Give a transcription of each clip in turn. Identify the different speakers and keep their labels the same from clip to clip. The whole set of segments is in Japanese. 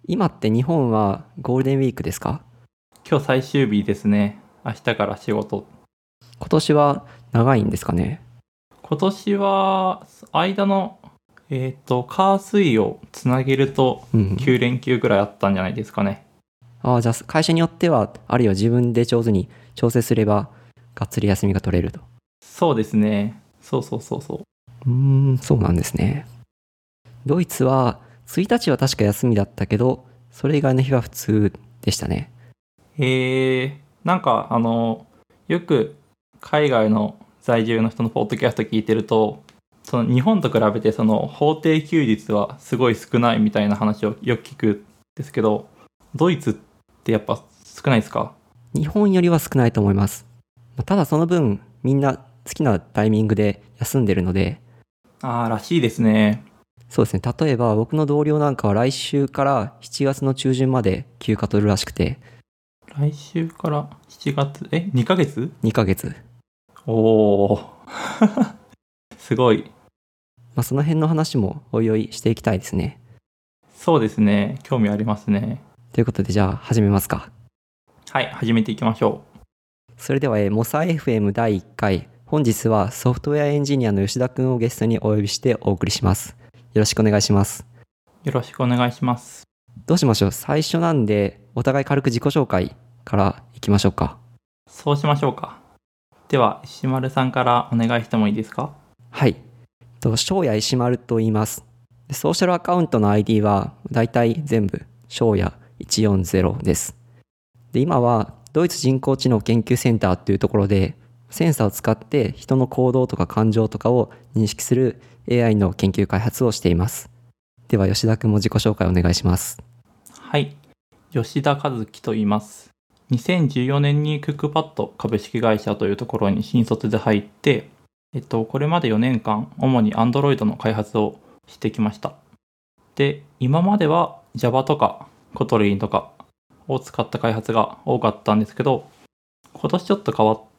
Speaker 1: 今って日本はゴールデンウィークですか？
Speaker 2: 今日最終日ですね。明日から仕事。
Speaker 1: 今年は長いんですかね？
Speaker 2: 今年は、間の、火水をつなげると
Speaker 1: うん。
Speaker 2: 9連休ぐらいあったんじゃないですかね。
Speaker 1: じゃあ会社によっては、あるいは自分で上手に調整すれば、がっつり休みが取れると。
Speaker 2: そうですね。そうそうそうそう。
Speaker 1: そうなんですね。ドイツは1日は確か休みだったけど、それ以外の日は普通でしたね。
Speaker 2: なんか、よく海外の在住の人のポッドキャスト聞いてると、その日本と比べてその法定休日はすごい少ないみたいな話をよく聞くんですけど、ドイツってやっぱ少ないですか？
Speaker 1: 日本よりは少ないと思います。ただその分、みんな好きなタイミングで休んでるので、
Speaker 2: らしいですね。
Speaker 1: そうですね。例えば僕の同僚なんかは来週から7月の中旬まで休暇取るらしくて、
Speaker 2: 来週から7月、2ヶ月？
Speaker 1: 2ヶ月。
Speaker 2: おー。すごい。
Speaker 1: その辺の話もおいおいしていきたいですね。
Speaker 2: そうですね。興味ありますね。
Speaker 1: ということでじゃあ始めますか。
Speaker 2: はい、始めていきましょ
Speaker 1: それでは、モサ FM 第1回。本日はソフトウェアエンジニアの吉田くんをゲストにお呼びしてお送りします。よろしくお願いします。
Speaker 2: う。よろしくお願いします。
Speaker 1: どうしましょう？最初なんで、お互い軽く自己紹介からいきましょうか。
Speaker 2: そうしましょうか。では、石丸さんからお願いしてもいいですか？
Speaker 1: はい。翔也石丸と言います。ソーシャルアカウントの ID はだいたい全部翔也140です。で、今はドイツ人工知能研究センターというところでセンサーを使って人の行動とか感情とかを認識する AI の研究開発をしています。では吉田くんも自己紹介お願いします。
Speaker 2: はい。吉田和樹と言います。2014年にクックパッド株式会社というところに新卒で入って、これまで4年間、主に Android の開発をしてきました。で、今までは Java とか Kotlin とかを使った開発が多かったんですけど、今年ちょっと変わって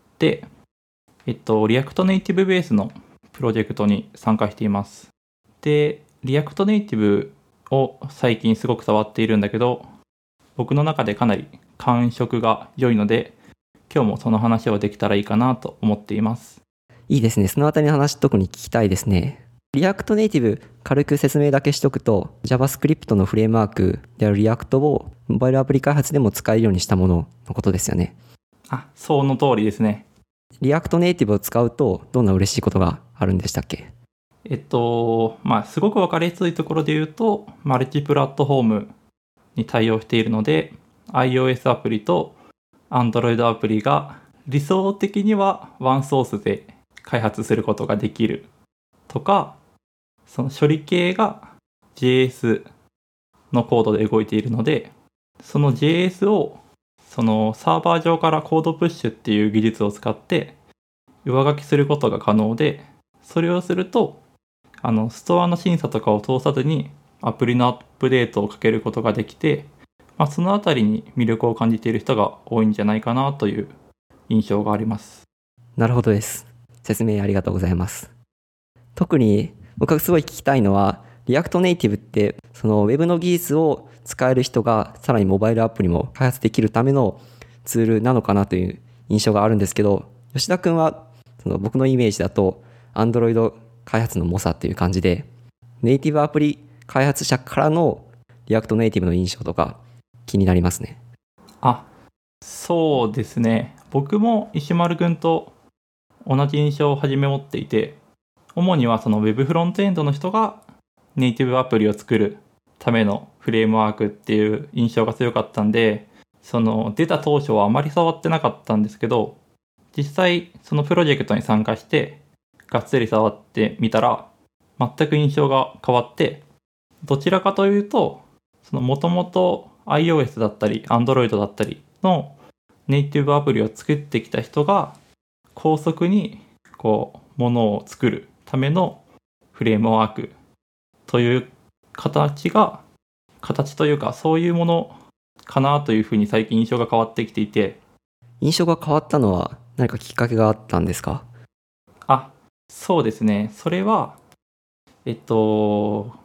Speaker 2: 、React Native ベースのプロジェクトに参加しています。で、React Native を最近すごく触っているんだけど、僕の中でかなり感触が良いので、今日もその話をできたらいいかなと思っています。
Speaker 1: いいですね。そのあたりの話特に聞きたいですね。React Native 軽く説明だけしとくと JavaScript のフレームワークである React をモバイルアプリ開発でも使えるようにしたもののことですよね。
Speaker 2: その通りですね。
Speaker 1: React Native を使うとどんな嬉しいことがあるんでしたっけ？
Speaker 2: すごく分かりやすいところで言うと、マルチプラットフォームに対応しているので、iOS アプリと Android アプリが理想的にはワンソースで開発することができるとか、その処理系が JS のコードで動いているので、その JS をそのサーバー上からコードプッシュっていう技術を使って上書きすることが可能で、それをするとストアの審査とかを通さずにアプリのアップデートをかけることができて、そのあたりに魅力を感じている人が多いんじゃないかなという印象があります。
Speaker 1: なるほどです。説明ありがとうございます。特に僕がすごい聞きたいのは React Native ってその Web の技術を使える人がさらにモバイルアプリも開発できるためのツールなのかなという印象があるんですけど、吉田くんはその僕のイメージだと Android 開発の猛者っていう感じで、ネイティブアプリ開発者からの React Native の印象とか気になりますね。
Speaker 2: そうですね。僕も石丸くんと同じ印象を初め持っていて、主にはその Web フロントエンドの人がネイティブアプリを作るためのフレームワークっていう印象が強かったんで、その出た当初はあまり触ってなかったんですけど、実際そのプロジェクトに参加してがっつり触ってみたら全く印象が変わって、どちらかというとその元々 iOS だったり Android だったりのネイティブアプリを作ってきた人が高速にものを作るためのフレームワークという形というかそういうものかなというふうに最近印象が変わってきていて。
Speaker 1: 印象が変わったのは何かきっかけがあったんですか？
Speaker 2: そうですね。それは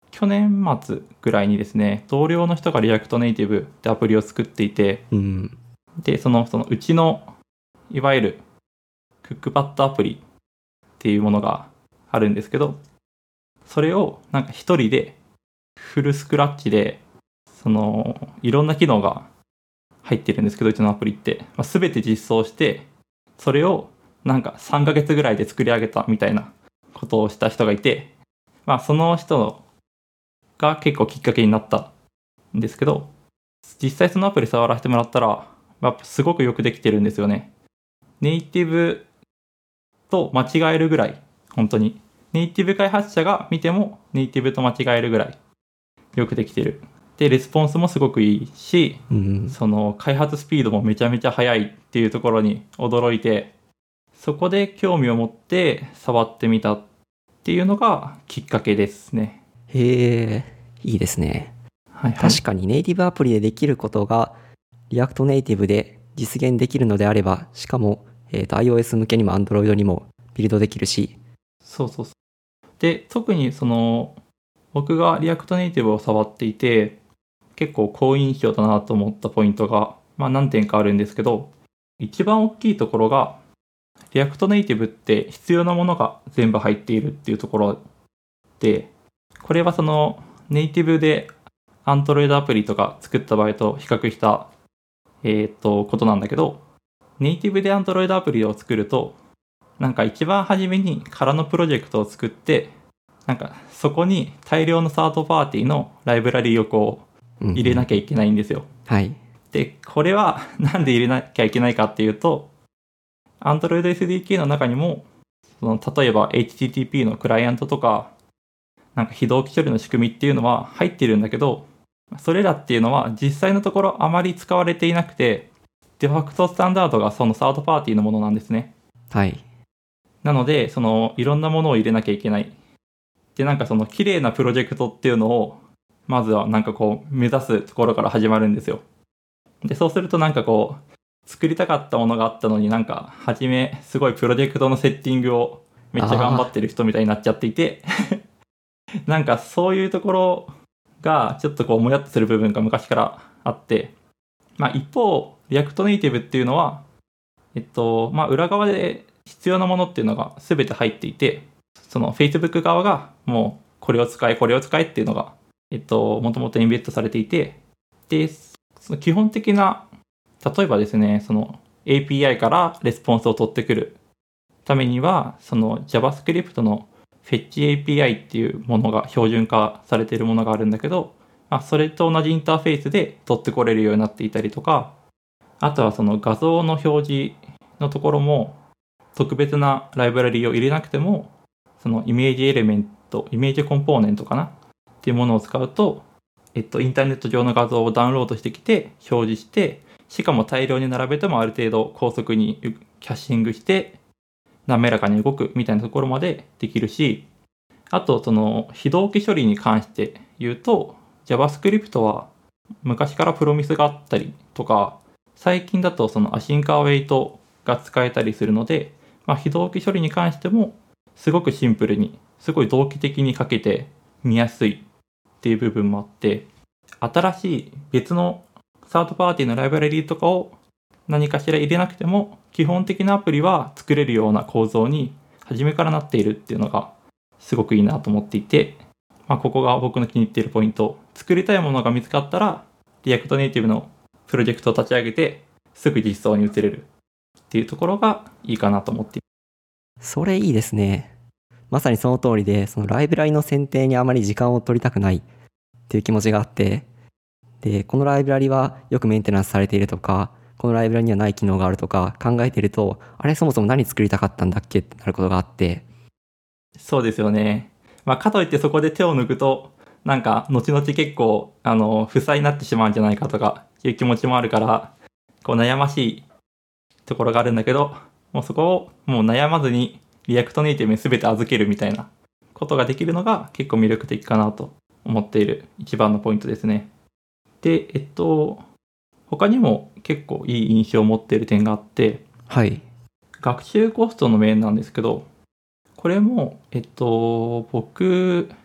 Speaker 2: 去年末ぐらいにですね、同僚の人がリアクトネイティブってアプリを作っていて、で、そのうちの、いわゆるクックパッドアプリっていうものがあるんですけど、それをなんか一人でフルスクラッチで、いろんな機能が入ってるんですけど、うちのアプリって、全て実装して、それをなんか3ヶ月ぐらいで作り上げたみたいなことをした人がいて、その人が結構きっかけになったんですけど、実際そのアプリ触らせてもらったら、やっぱすごくよくできてるんですよね。ネイティブと間違えるぐらい、本当に。ネイティブ開発者が見てもネイティブと間違えるぐらいよくできてる。で、レスポンスもすごくいいし、その開発スピードもめちゃめちゃ速いっていうところに驚いて、そこで興味を持って触ってみたっていうのがきっかけですね。
Speaker 1: へえ、いいですね。確かにネイティブアプリでできることがリアクトネイティブで実現できるのであれば、しかも、iOS 向けにも Android にもビルドできるし。
Speaker 2: そう。で、特に僕がリアクトネイティブを触っていて、結構好印象だなと思ったポイントが、何点かあるんですけど、一番大きいところが、リアクトネイティブって必要なものが全部入っているっていうところで、これはネイティブで Android アプリとか作った場合と比較した、ことなんだけど、ネイティブで Android アプリを作ると、なんか一番初めに空のプロジェクトを作って、なんかそこに大量のサードパーティーのライブラリーを入れなきゃいけないんですよ。
Speaker 1: はい。
Speaker 2: で、これはなんで入れなきゃいけないかっていうと、Android SDK の中にも、例えば HTTP のクライアントとか、なんか非同期処理の仕組みっていうのは入ってるんだけど、それらっていうのは実際のところあまり使われていなくて、デファクトスタンダードがそのサードパーティーのものなんですね。
Speaker 1: はい。
Speaker 2: なので、いろんなものを入れなきゃいけない。で、なんか綺麗なプロジェクトっていうのを、まずはなんか目指すところから始まるんですよ。で、そうするとなんか作りたかったものがあったのになんか、初めすごいプロジェクトのセッティングをめっちゃ頑張ってる人みたいになっちゃっていて、なんかそういうところがちょっともやっとする部分が昔からあって、一方、リアクトネイティブっていうのは、裏側で必要なものっていうのが全て入っていて、Facebook 側がもうこれを使えっていうのが、もともとインベットされていて、で、その基本的な、例えばですね、API からレスポンスを取ってくるためには、JavaScript の Fetch API っていうものが標準化されているものがあるんだけど、それと同じインターフェースで取ってこれるようになっていたりとか、あとは画像の表示のところも特別なライブラリを入れなくても、イメージエレメント、イメージコンポーネントかなっていうものを使うと、インターネット上の画像をダウンロードしてきて表示して、しかも大量に並べてもある程度高速にキャッシングして滑らかに動くみたいなところまでできるし、あと非同期処理に関して言うと、JavaScript は昔からプロミスがあったりとか、最近だとアシンカーウェイトが使えたりするので、非同期処理に関してもすごくシンプルに、すごい同期的にかけて見やすいっていう部分もあって、新しい別のサードパーティーのライブラリーとかを何かしら入れなくても、基本的なアプリは作れるような構造に初めからなっているっていうのがすごくいいなと思っていて、ここが僕の気に入っているポイント。作りたいものが見つかったら、リアクトネイティブのプロジェクトを立ち上げて、すぐ実装に移れるっていうところがいいかなと思ってい
Speaker 1: ます。それいいですね。まさにその通りで、ライブラリの選定にあまり時間を取りたくないっていう気持ちがあって、で、このライブラリはよくメンテナンスされているとか、このライブラリにはない機能があるとか考えていると、あれそもそも何作りたかったんだっけってなることがあって。
Speaker 2: そうですよね。かといってそこで手を抜くと、なんか後々結構負債になってしまうんじゃないかとかいう気持ちもあるから、悩ましいところがあるんだけど、もうそこをもう悩まずにリアクトネイティブに全て預けるみたいなことができるのが結構魅力的かなと思っている一番のポイントですね。で、他にも結構いい印象を持っている点があって、
Speaker 1: はい。
Speaker 2: 学習コストの面なんですけど、これも、僕、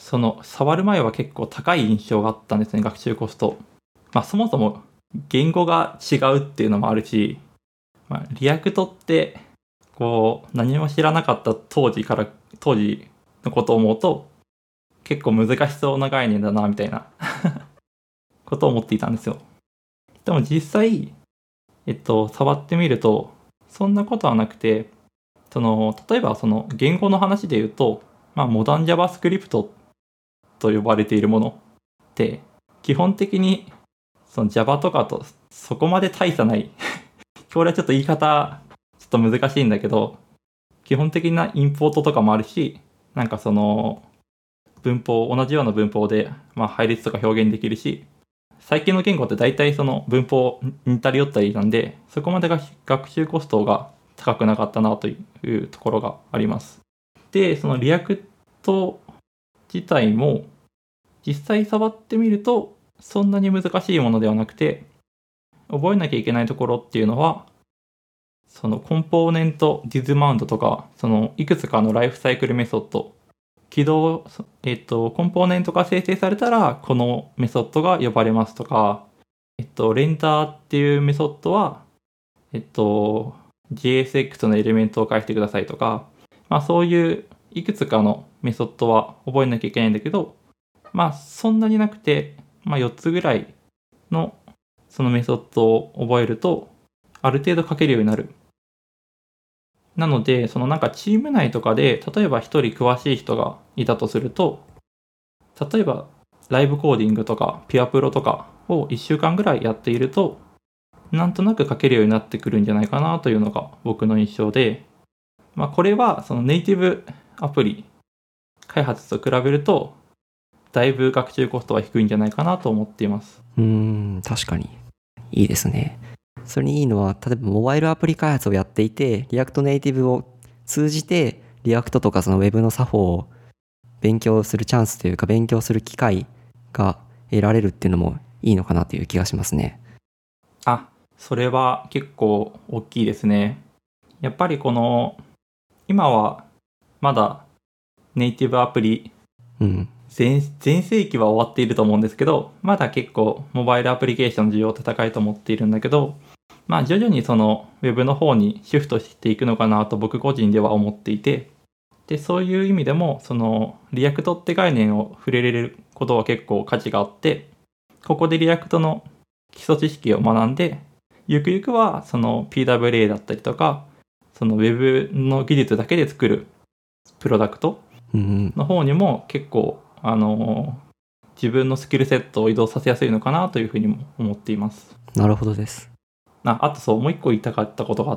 Speaker 2: その触る前は結構高い印象があったんですね、学習コスト。そもそも言語が違うっていうのもあるし、リアクトってこう何も知らなかった当時のことを思うと結構難しそうな概念だなみたいなことを思っていたんですよ。でも実際、触ってみるとそんなことはなくて、例えばその言語の話で言うと、モダン JavaScript と呼ばれているものって基本的にその Java とかとそこまで大差ないこれはちょっと言い方ちょっと難しいんだけど、基本的なインポートとかもあるし、なんかその同じような文法で配列とか表現できるし、最近の言語って大体その文法似たり寄ったりなんで、そこまでが学習コストが高くなかったなというところがあります。で、そのリアクト自体も実際触ってみるとそんなに難しいものではなくて、覚えなきゃいけないところっていうのは、そのコンポーネントディズマウントとか、そのいくつかのライフサイクルメソッド、コンポーネントが生成されたらこのメソッドが呼ばれますとか、レンダーっていうメソッドは、JSX のエレメントを返してくださいとか、そういういくつかのメソッドは覚えなきゃいけないんだけど、そんなになくて、4つぐらいのそのメソッドを覚えると、ある程度書けるようになる。なので、そのなんかチーム内とかで、例えば一人詳しい人がいたとすると、例えばライブコーディングとかピュアプロとかを1週間ぐらいやっていると、なんとなく書けるようになってくるんじゃないかなというのが僕の印象で、これはそのネイティブアプリ開発と比べると、だいぶ学習コストは低いんじゃないかなと思っています。
Speaker 1: 確かに。いいですね。それにいいのは、例えばモバイルアプリ開発をやっていて、リアクトネイティブを通じて、リアクトとかそのウェブの作法を勉強するチャンスというか、勉強する機会が得られるっていうのもいいのかなという気がしますね。
Speaker 2: それは結構大きいですね。やっぱり今はまだネイティブアプリ、全盛期は終わっていると思うんですけど、まだ結構モバイルアプリケーションの需要って高いと思っているんだけど、徐々にそのウェブの方にシフトしていくのかなと僕個人では思っていて、でそういう意味でもそのリアクトって概念を触れれることは結構価値があって、ここでリアクトの基礎知識を学んで、ゆくゆくはその PWA だったりとか、そのウェブの技術だけで作るプロダクトの方にも結構自分のスキルセットを移動させやすいのかなというふうにも思っています。
Speaker 1: なるほどです。
Speaker 2: あともう一個言いたかったことがあって、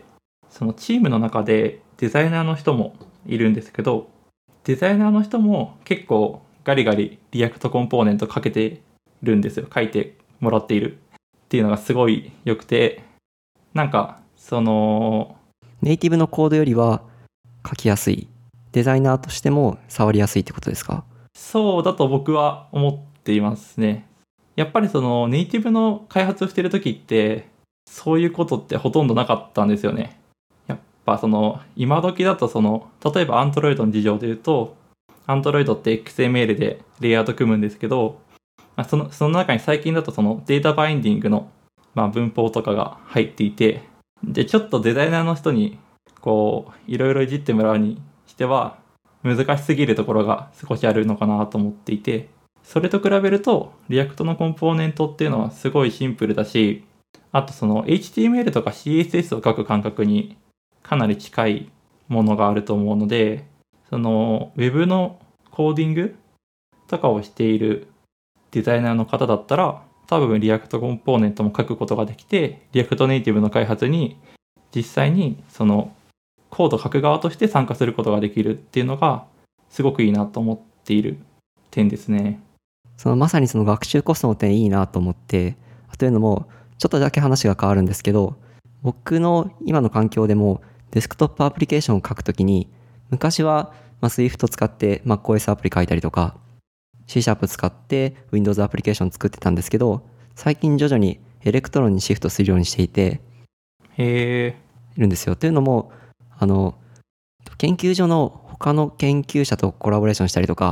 Speaker 2: そのチームの中でデザイナーの人もいるんですけど、デザイナーの人も結構ガリガリリアクトコンポーネントかけてるんですよ。書いてもらっているっていうのがすごい良くて、なんかその
Speaker 1: ネイティブのコードよりは書きやすい、デザイナーとしても触りやすいってことですか？
Speaker 2: そうだと僕は思っていますね。やっぱりそのネイティブの開発をしてる時ってそういうことってほとんどなかったんですよね。やっぱその今時だと例えば Android の事情で言うと Android って XML でレイアウト組むんですけど、その中に最近だとそのデータバインディングの文法とかが入っていて、でちょっとデザイナーの人にいろいろいじってもらうにしては難しすぎるところが少しあるのかなと思っていて、それと比べるとリアクトのコンポーネントっていうのはすごいシンプルだし、あとその HTML とか CSS を書く感覚にかなり近いものがあると思うので、その Web のコーディングとかをしているデザイナーの方だったら多分リアクトコンポーネントも書くことができて、リアクトネイティブの開発に実際にそのコード書く側として参加することができるっていうのがすごくいいなと思っている点ですね。
Speaker 1: まさにその学習コストの点いいなと思って、というのもちょっとだけ話が変わるんですけど、僕の今の環境でもデスクトップアプリケーションを書くときに、昔はSwift 使って MacOS アプリ書いたりとか C# 使って Windows アプリケーション作ってたんですけど、最近徐々にエレクトロンにシフトするようにしていているんですよ。というのも研究所の他の研究者とコラボレーションしたりとか、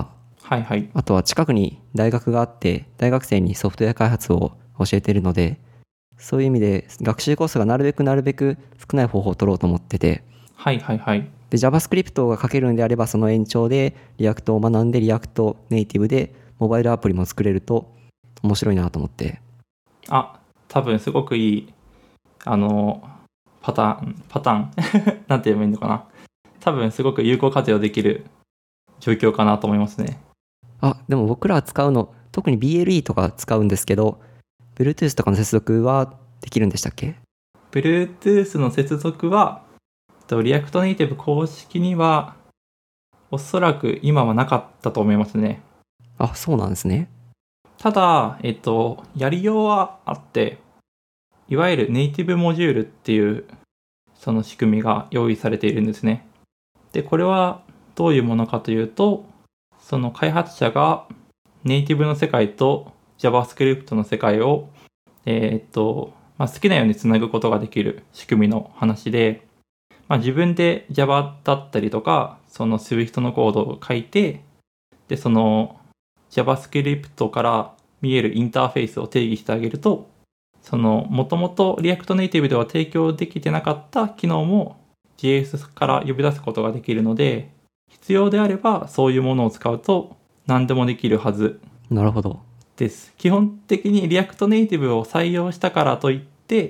Speaker 2: はいはい。
Speaker 1: あとは近くに大学があって、大学生にソフトウェア開発を教えているので、そういう意味で学習コストがなるべく少ない方法を取ろうと思ってて、
Speaker 2: はいはいはい。
Speaker 1: で JavaScript が書けるんであればその延長でリアクトを学んでリアクトネイティブでモバイルアプリも作れると面白いなと思って。
Speaker 2: あ、多分すごくいい、あの、パターンなんて言えばいいのかな。多分すごく有効活用できる状況かなと思いますね。
Speaker 1: でも僕ら使うの特に BLE とか使うんですけど、Bluetooth とかの接続はできるんでしたっけ？
Speaker 2: Bluetooth の接続は、リアクトネイティブ公式には、おそらく今はなかったと思いますね。
Speaker 1: そうなんですね。
Speaker 2: ただ、やりようはあって、いわゆるネイティブモジュールっていう、その仕組みが用意されているんですね。で、これはどういうものかというと、その開発者がネイティブの世界と JavaScript の世界を、好きなようにつなぐことができる仕組みの話で、自分で Java だったりとか、その Swift のコードを書いて、で、その JavaScript から見えるインターフェースを定義してあげると、その、もともと React Native では提供できてなかった機能も JS から呼び出すことができるので、必要であればそういうものを使うと何でもできるはず
Speaker 1: なるほど。
Speaker 2: です。基本的に React Native を採用したからといって、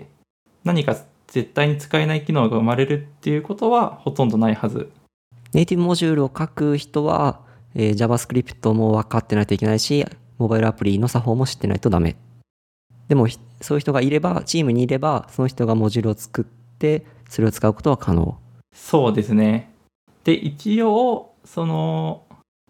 Speaker 2: 何か絶対に使えない機能が生まれるっていうことはほとんどないはず。
Speaker 1: ネイティブモジュールを書く人は、JavaScript も分かってないといけないし、モバイルアプリの作法も知ってないとダメ。でも、そういう人がいれば、チームにいれば、その人がモジュールを作って、それを使うことは可能。
Speaker 2: そうですね。で、一応、その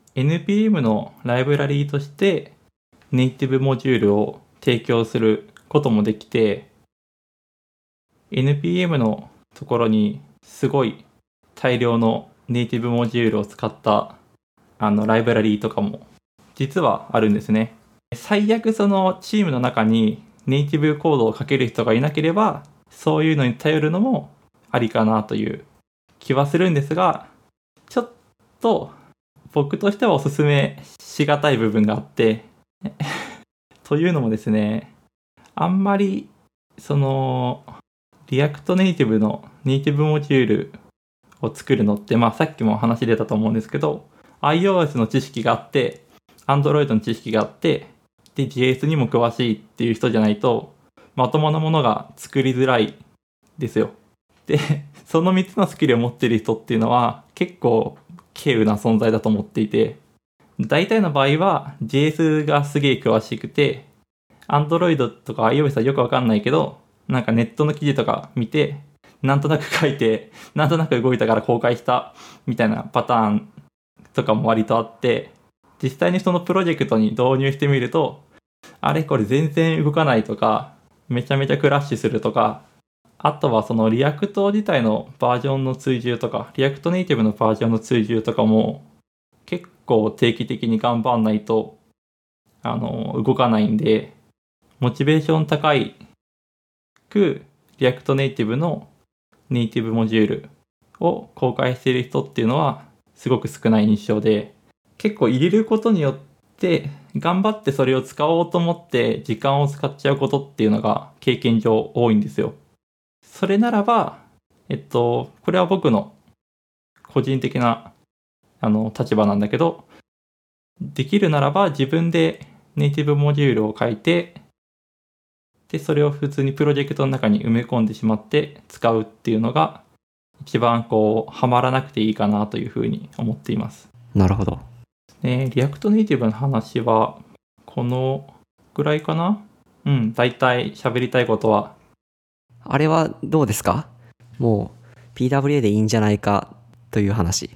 Speaker 2: NPM のライブラリーとしてネイティブモジュールを提供することもできて、NPM のところにすごい大量のネイティブモジュールを使ったライブラリーとかも実はあるんですね。最悪そのチームの中にネイティブコードを書ける人がいなければ、そういうのに頼るのもありかなという気はするんですが、ちょっと僕としてはおすすめしがたい部分があってというのもですね、あんまりそのリアクトネイティブのネイティブモジュールを作るのって、さっきも話出たと思うんですけど、iOS の知識があって Android の知識があって、で JS にも詳しいっていう人じゃないとまともなものが作りづらいですよ。で、その3つのスキルを持っている人っていうのは結構稀有な存在だと思っていて、大体の場合は JS がすげえ詳しくて、Android とか iOS はよくわかんないけど、なんかネットの記事とか見て、なんとなく書いて、なんとなく動いたから公開したみたいなパターンとかも割とあって、実際にそのプロジェクトに導入してみると、あれこれ全然動かないとか、めちゃめちゃクラッシュするとか、あとはそのリアクト自体のバージョンの追従とか、リアクトネイティブのバージョンの追従とかも結構定期的に頑張んないと、動かないんで、モチベーション高いくリアクトネイティブのネイティブモジュールを公開している人っていうのはすごく少ない印象で、結構入れることによって頑張ってそれを使おうと思って時間を使っちゃうことっていうのが経験上多いんですよ。それならば、これは僕の個人的な立場なんだけど、できるならば自分でネイティブモジュールを書いて、で、それを普通にプロジェクトの中に埋め込んでしまって使うっていうのが一番はまらなくていいかなというふうに思っています。
Speaker 1: なるほど。
Speaker 2: リアクトネイティブの話はこのぐらいかな。大体喋りたいことは。
Speaker 1: あれはどうですか？もう PWA でいいんじゃないかという話。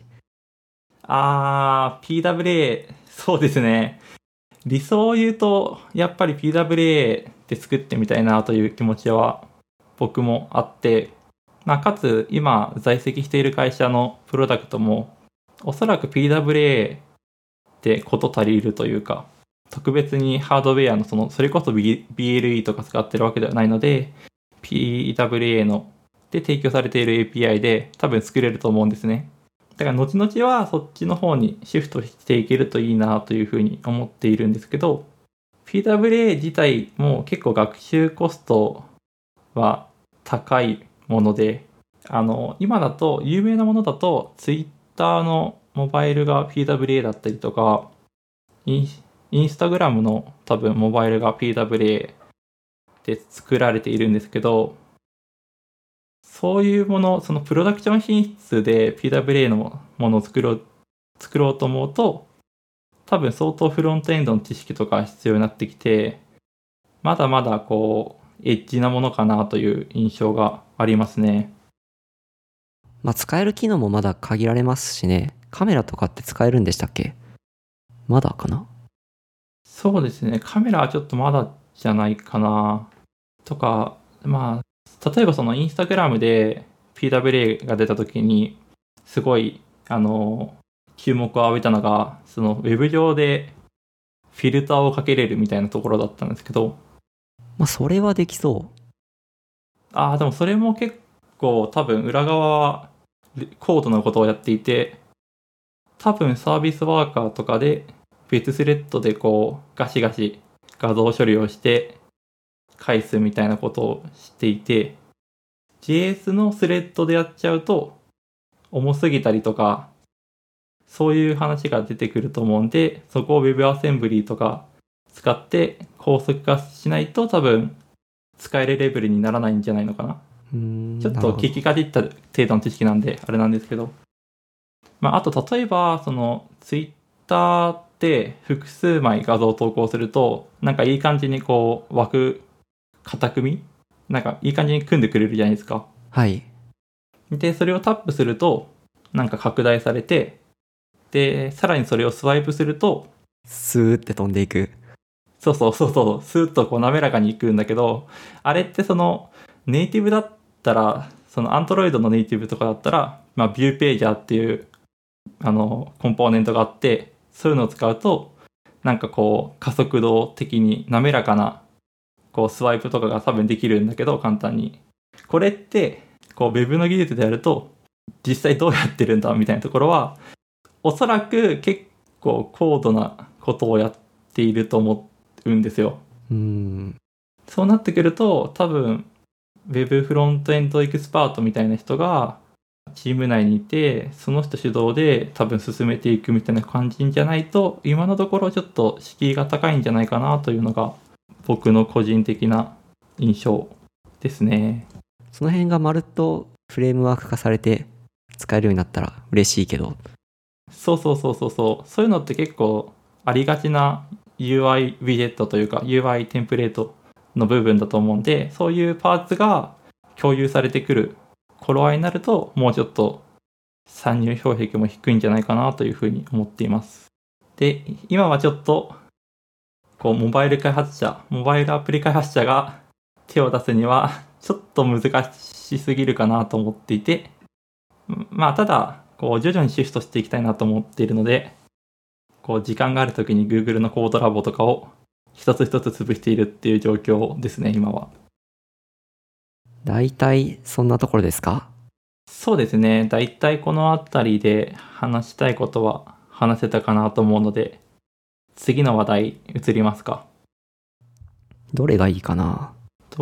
Speaker 2: PWA、そうですね。理想を言うと、やっぱり PWA で作ってみたいなという気持ちは僕もあって、かつ今在籍している会社のプロダクトもおそらく PWA でこと足りるというか、特別にハードウェアのそれこそ BLE とか使ってるわけではないので、PWA ので提供されている API で多分作れると思うんですね。 だから後々はそっちの方にシフトしていけるといいなというふうに思っているんですけど、PWA 自体も結構学習コストは高いもので、今だと有名なものだと Twitter のモバイルが PWA だったりとか、インスタグラムの多分モバイルが PWA で作られているんですけど、そういうもの、そのプロダクション品質で PWA のものを作ろうと思うと、多分相当フロントエンドの知識とか必要になってきて、まだまだこう、エッジなものかなという印象がありますね。
Speaker 1: まあ使える機能もまだ限られますしね。カメラとかって使えるんでしたっけ？まだかな？
Speaker 2: そうですね。カメラはちょっとまだじゃないかな。とか、まあ、例えばそのインスタグラムで PWA が出た時に、すごい、注目を浴びたのが、そのウェブ上でフィルターをかけれるみたいなところだったんですけど、
Speaker 1: まあそれはできそう。
Speaker 2: でもそれも結構多分裏側は高度なことをやっていて、多分サービスワーカーとかで別スレッドでこうガシガシ画像処理をして返すみたいなことをしていて、JS のスレッドでやっちゃうと重すぎたりとか、そういう話が出てくると思うんで、そこを WebAssembly とか使って高速化しないと多分使えるレベルにならないんじゃないのかな。ちょっと聞きかじった程度の知識なんであれなんですけど、あと例えばその Twitter って複数枚画像を投稿するとなんかいい感じにこう枠型組みなんかいい感じに組んでくれるじゃないですか。
Speaker 1: はい。
Speaker 2: でそれをタップするとなんか拡大されて、でさらにそれをスワイプすると
Speaker 1: スーって飛んでいく。
Speaker 2: そう、スーッとこう滑らかにいくんだけど、あれってそのネイティブだったら、その Android のネイティブとかだったら、ビューページャーっていうコンポーネントがあって、そういうのを使うとなんかこう加速度的に滑らかなこうスワイプとかが多分できるんだけど、簡単にこれってこう Web の技術でやると実際どうやってるんだみたいなところはおそらく結構高度なことをやっていると思うんですよ。そうなってくると多分 Web フロントエンドエキスパートみたいな人がチーム内にいて、その人主導で多分進めていくみたいな感じじゃないと今のところちょっと敷居が高いんじゃないかなというのが僕の個人的な印象ですね。
Speaker 1: その辺がまるっとフレームワーク化されて使えるようになったら嬉しいけど。
Speaker 2: そういうのって結構ありがちな UI ウィジェットというか UI テンプレートの部分だと思うんで、そういうパーツが共有されてくる頃合いになるともうちょっと参入障壁も低いんじゃないかなというふうに思っています。で、今はちょっとこうモバイルアプリ開発者が手を出すにはちょっと難しすぎるかなと思っていて、ただこう徐々にシフトしていきたいなと思っているので、こう時間がある時に Google のコードラボとかを一つ一つ潰しているっていう状況ですね、今は。
Speaker 1: だいたいそんなところですか？
Speaker 2: そうですね、だいたいこのあたりで話したいことは話せたかなと思うので、次の話題移りますか。
Speaker 1: どれがいいかな？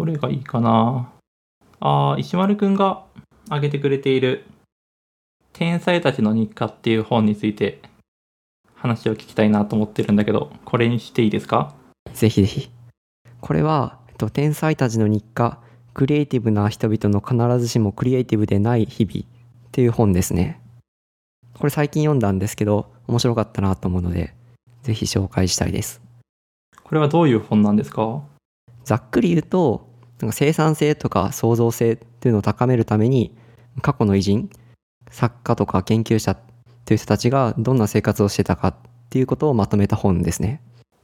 Speaker 2: 石丸くんが挙げてくれている天才たちの日課っていう本について話を聞きたいなと思ってるんだけど、これにしていいですか？
Speaker 1: ぜひぜひ。これは、天才たちの日課、クリエイティブな人々の必ずしもクリエイティブでない日々っていう本ですね。これ最近読んだんですけど、面白かったなと思うので、ぜひ紹介したいです。
Speaker 2: これはどういう本なんですか？
Speaker 1: ざっくり言うと、生産性とか創造性っていうのを高めるために、過去の偉人、作家とか研究者っていう人たちがどんな生活をしてたかっていうことをまとめた本ですね。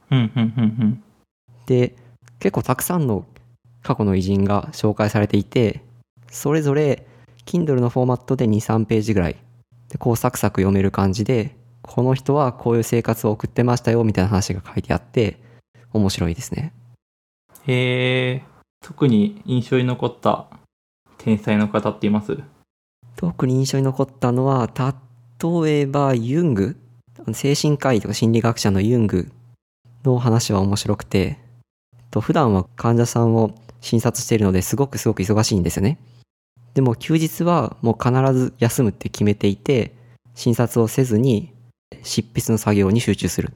Speaker 1: で、結構たくさんの過去の偉人が紹介されていて、それぞれ Kindle のフォーマットで2、3ページぐらいでこうサクサク読める感じで、この人はこういう生活を送ってましたよみたいな話が書いてあって面白いですね。
Speaker 2: 特に印象に残った天才の方っています？
Speaker 1: 特に印象に残ったのは例えばユング、精神科医とか心理学者のユングの話は面白くて、普段は患者さんを診察しているのですごく忙しいんですよね。でも休日はもう必ず休むって決めていて、診察をせずに執筆の作業に集中する。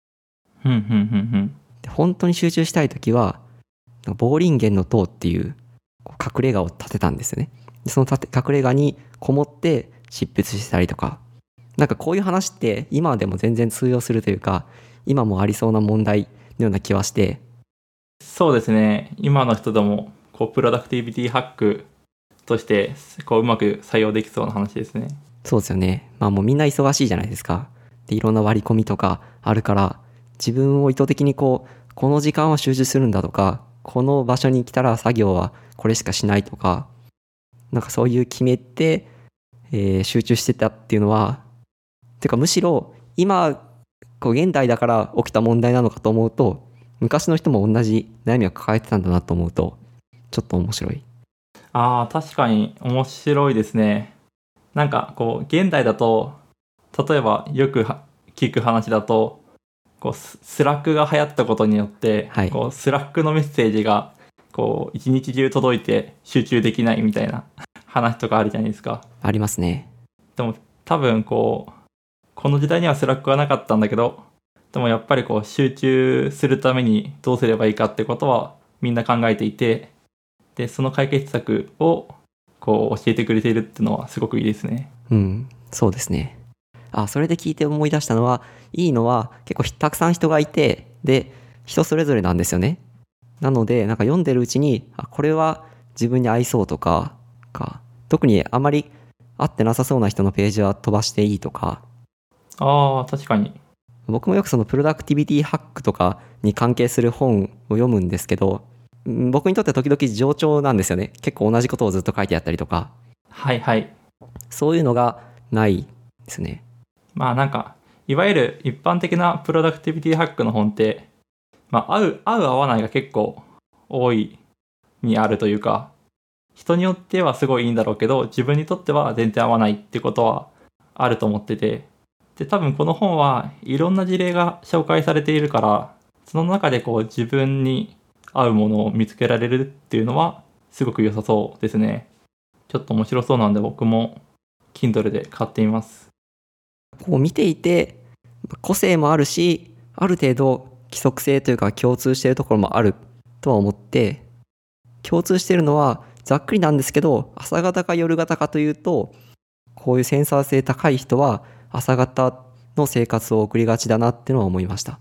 Speaker 1: で本当に集中したいときは、ボーリンゲンの塔っていう隠れ家を建てたんですよね。でその隠れ家にこもって執筆したりとか、なんかこういう話って今でも全然通用するというか、今もありそうな問題のような気はして。
Speaker 2: そうですね。今の人でもこうプロダクティビティハックとしてこううまく採用できそうな話ですね。
Speaker 1: そうですよね。まあもうみんな忙しいじゃないですか。でいろんな割り込みとかあるから、自分を意図的にこの時間は集中するんだとか、この場所に来たら作業はこれしかしないとか、なんかそういう決めて、集中してたっていうのは、てかむしろ今現代だから起きた問題なのかと思うと、昔の人も同じ悩みを抱えてたんだなと思うとちょっと面白い。
Speaker 2: 確かに面白いですね。なんかこう現代だと、例えばよく聞く話だと、こうスラックが流行ったことによって、
Speaker 1: はい、
Speaker 2: こうスラックのメッセージがこう一日中届いて集中できないみたいな話とかあるじゃないですか。
Speaker 1: ありますね。
Speaker 2: でも多分この時代にはスラックはなかったんだけど、でもやっぱりこう集中するためにどうすればいいかってことはみんな考えていて、でその解決策をこう教えてくれているっていうのはすごくいいですね。
Speaker 1: そうですね。それで聞いて思い出したのは、いいのは結構たくさん人がいて、で人それぞれなんですよね。なのでなんか読んでるうちに、これは自分に合いそうとか、特にあまり合ってなさそうな人のページは飛ばしていいとか。
Speaker 2: 確かに。
Speaker 1: 僕もよくそのプロダクティビティハックとかに関係する本を読むんですけど、僕にとっては時々冗長なんですよね。結構同じことをずっと書いてあったりとか。
Speaker 2: はいはい。
Speaker 1: そういうのがないですね。
Speaker 2: なんかいわゆる一般的なプロダクティビティハックの本って、合う合わないが結構多いにあるというか、人によってはすごいいいんだろうけど、自分にとっては全然合わないってことはあると思ってて、で多分この本はいろんな事例が紹介されているから、その中でこう自分に合うものを見つけられるっていうのはすごく良さそうですね。ちょっと面白そうなんで僕も Kindle で買ってみます。
Speaker 1: こう見ていて個性もあるし、ある程度規則性というか共通しているところもあるとは思って、共通しているのはざっくりなんですけど、朝型か夜型かというと、こういうセンサー性高い人は朝型の生活を送りがちだなっていうのは思いました。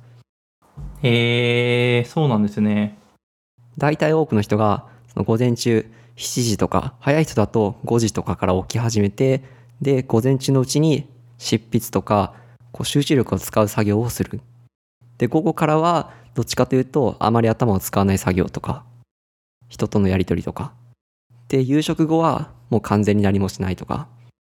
Speaker 2: そうなんですね。
Speaker 1: 大体多くの人がその午前中7時とか、早い人だと5時とかから起き始めて、で午前中のうちに執筆とか集中力を使う作業をする。で午後からはどっちかというとあまり頭を使わない作業とか、人とのやり取りとかで、夕食後はもう完全に何もしないとか。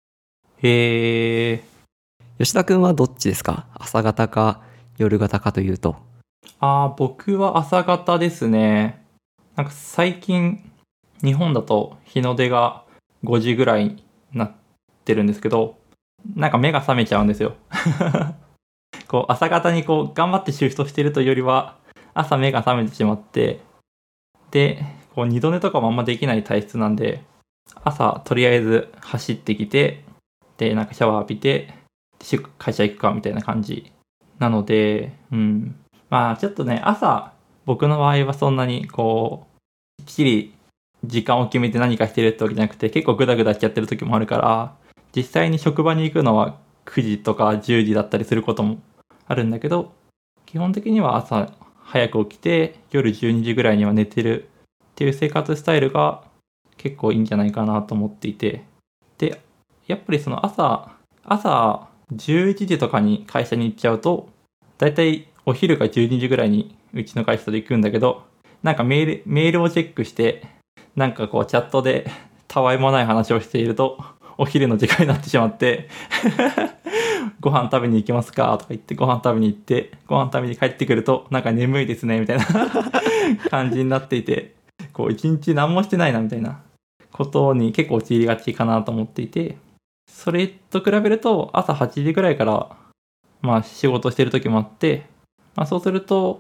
Speaker 1: 吉田くんはどっちですか？朝型か夜型かというと。
Speaker 2: 僕は朝型ですね。なんか最近日本だと日の出が5時ぐらいになってるんですけど、なんか目が覚めちゃうんですよ。朝型に頑張ってシフトしてるというよりは、朝目が覚めてしまって、で二度寝とかもあんまできない体質なんで、朝とりあえず走ってきて、でなんかシャワー浴びて会社行くかみたいな感じなので、ちょっとね、朝僕の場合はそんなにきっちり時間を決めて何かしてるってわけじゃなくて、結構グダグダしちゃってる時もあるから、実際に職場に行くのは9時とか10時だったりすることもあるんだけど、基本的には朝早く起きて夜12時ぐらいには寝てるっていう生活スタイルが結構いいんじゃないかなと思っていて、でやっぱりその朝11時とかに会社に行っちゃうと、だいたいお昼か12時ぐらいにうちの会社で行くんだけど、なんかメールをチェックして、なんかチャットでたわいもない話をしているとお昼の時間になってしまってご飯食べに行きますかとか言って、ご飯食べに行って、ご飯食べに帰ってくるとなんか眠いですねみたいな感じになっていて、一日何もしてないなみたいなことに結構陥りがちかなと思っていて、 それと比べると朝8時ぐらいからまあ仕事してる時もあって、まあそうすると、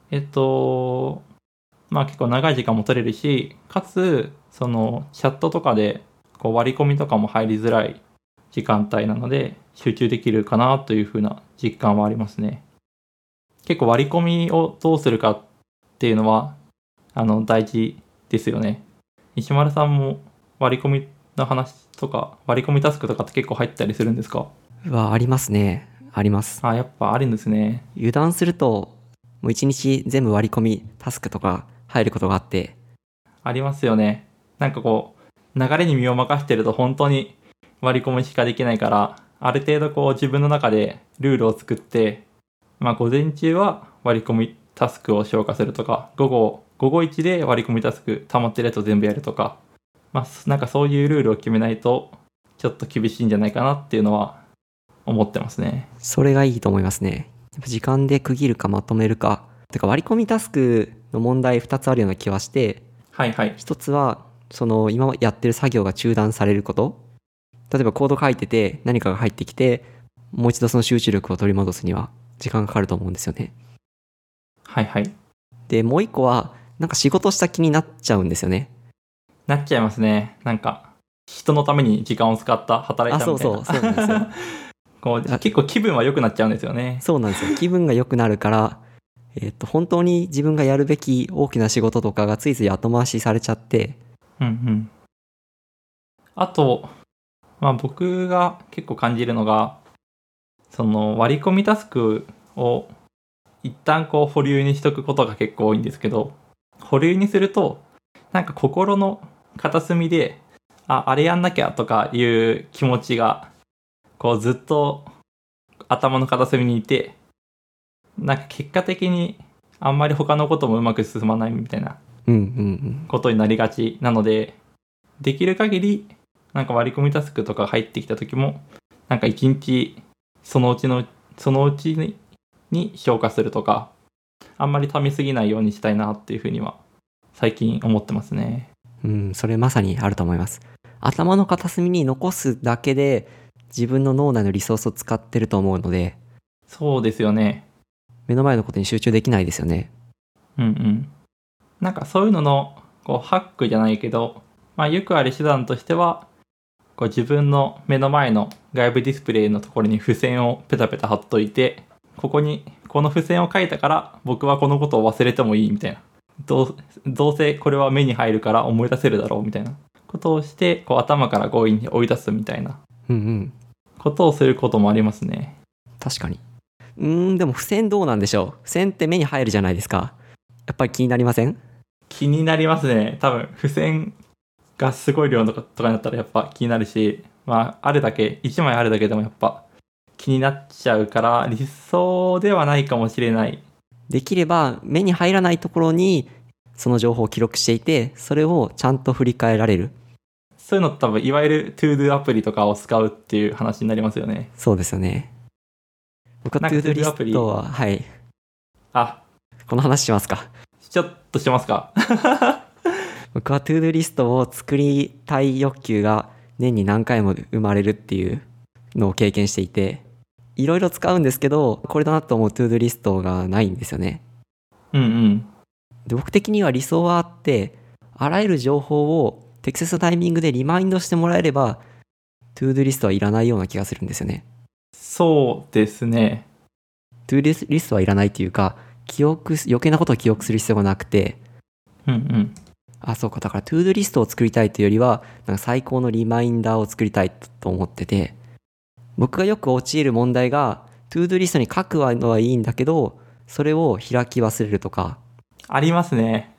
Speaker 2: まあ結構長い時間も取れるし、かつ、そのチャットとかでこう割り込みとかも入りづらい時間帯なので、集中できるかなというふうな実感はありますね。結構割り込みをどうするかっていうのは、大事ですよね。石丸さんも割り込みの話とか、割り込みタスクとかって結構入ったりするんですか？
Speaker 1: ありますね。あります。
Speaker 2: あ、やっぱあるんですね。
Speaker 1: 油断すると、もう一日全部割り込みタスクとか入ることがあって、
Speaker 2: ありますよね。なんかこう、流れに身を任せてると本当に割り込みしかできないから、ある程度こう自分の中でルールを作って、まあ午前中は割り込みタスクを消化するとか、午後1で割り込みタスク溜まってるやつを全部やるとか、まあなんかそういうルールを決めないと、ちょっと厳しいんじゃないかなっていうのは思ってますね。
Speaker 1: それがいいと思いますね。やっぱ時間で区切るかまとめるか。てか割り込みタスクの問題2つあるような気はして、
Speaker 2: はいはい。
Speaker 1: 1つは、その今やってる作業が中断されること。例えばコード書いてて何かが入ってきて、もう一度その集中力を取り戻すには時間がかかると思うんですよね。
Speaker 2: はいはい。
Speaker 1: で、もう一個は、なんか仕事した気になっちゃうんですよね。
Speaker 2: なっちゃいますね。なんか、人のために時間を使った働いたみたいな。
Speaker 1: そうなんですよ。
Speaker 2: こう結構気分は良くなっちゃうんですよね。
Speaker 1: そうなんですよ。気分が良くなるから、本当に自分がやるべき大きな仕事とかがついつい後回しされちゃって。
Speaker 2: うんうん。あと、まあ僕が結構感じるのが、その割り込みタスクを一旦こう保留にしとくことが結構多いんですけど、保留にすると、なんか心の片隅で、あれやんなきゃとかいう気持ちが、こうずっと頭の片隅にいて、なんか結果的にあんまり他のこともうまく進まないみたいなことになりがちなので、できる限りなんか割り込みタスクとか入ってきた時も、なんか一日そのうちに消化するとか、あんまり溜めすぎないようにしたいなっていうふうには最近思ってますね。
Speaker 1: それまさにあると思います。頭の片隅に残すだけで自分の脳内のリソースを使ってると思うので、
Speaker 2: そうですよね。
Speaker 1: 目の前のことに集中できないですよね。
Speaker 2: なんかそういうののこうハックじゃないけど、まあよくある手段としては、こう自分の目の前の外部ディスプレイのところに付箋をペタペタ貼っといて、ここにこの付箋を書いたから僕はこのことを忘れてもいいみたいな。どうせこれは目に入るから思い出せるだろうみたいなことをして、こう頭から強引に追い出すみたいなことをすることもありますね。
Speaker 1: 確かに。でも付箋どうなんでしょう。付箋って目に入るじゃないですか。やっぱり気になりません？
Speaker 2: 気になりますね。多分付箋がすごい量とかになったらやっぱ気になるし、まあ1枚あるだけでもやっぱ気になっちゃうから理想ではないかもしれない。
Speaker 1: できれば目に入らないところにその情報を記録していて、それをちゃんと振り返られる。
Speaker 2: そういうのって多分いわゆる ToDo アプリとかを使うっていう話になりますよね。
Speaker 1: そうですよね。僕は ToDo リストは、はい。この話しますか。
Speaker 2: ちょっとしますか。
Speaker 1: 僕は ToDo リストを作りたい欲求が年に何回も生まれるっていうのを経験していて、いろいろ使うんですけど、これだなと思う ToDo リストがないんですよね。で、僕的には理想はあって、あらゆる情報を適切なタイミングでリマインドしてもらえれば ToDo リストはいらないような気がするんですよね。
Speaker 2: そうですね。
Speaker 1: ToDo リストはいらないというか、余計なことを記憶する必要がなくて、そうか。だから ToDo リストを作りたいというよりは、なんか最高のリマインダーを作りたいと思ってて、僕がよく陥る問題が ToDo リストに書くのはいいんだけど、それを開き忘れるとか。
Speaker 2: ありますね。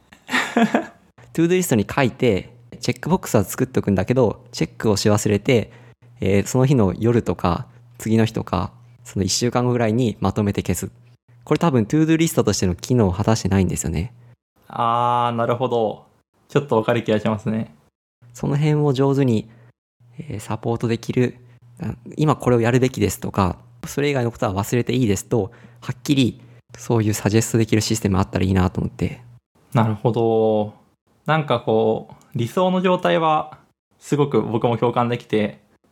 Speaker 1: ToDo リストに書いて、チェックボックスは作っておくんだけど、チェックをし忘れて、その日の夜とか、次の日とか、その1週間後ぐらいにまとめて消す。これ多分 ToDo リストとしての機能を果たしてないんですよね。
Speaker 2: なるほど。ちょっとわかる気がしますね。
Speaker 1: その辺を上手に、サポートできる、今これをやるべきですとか、それ以外のことは忘れていいですと、はっきりそういうサジェストできるシステムあったらいいなと思って。
Speaker 2: なるほど。なんかこう、理想の状態はすごく僕も共感できて、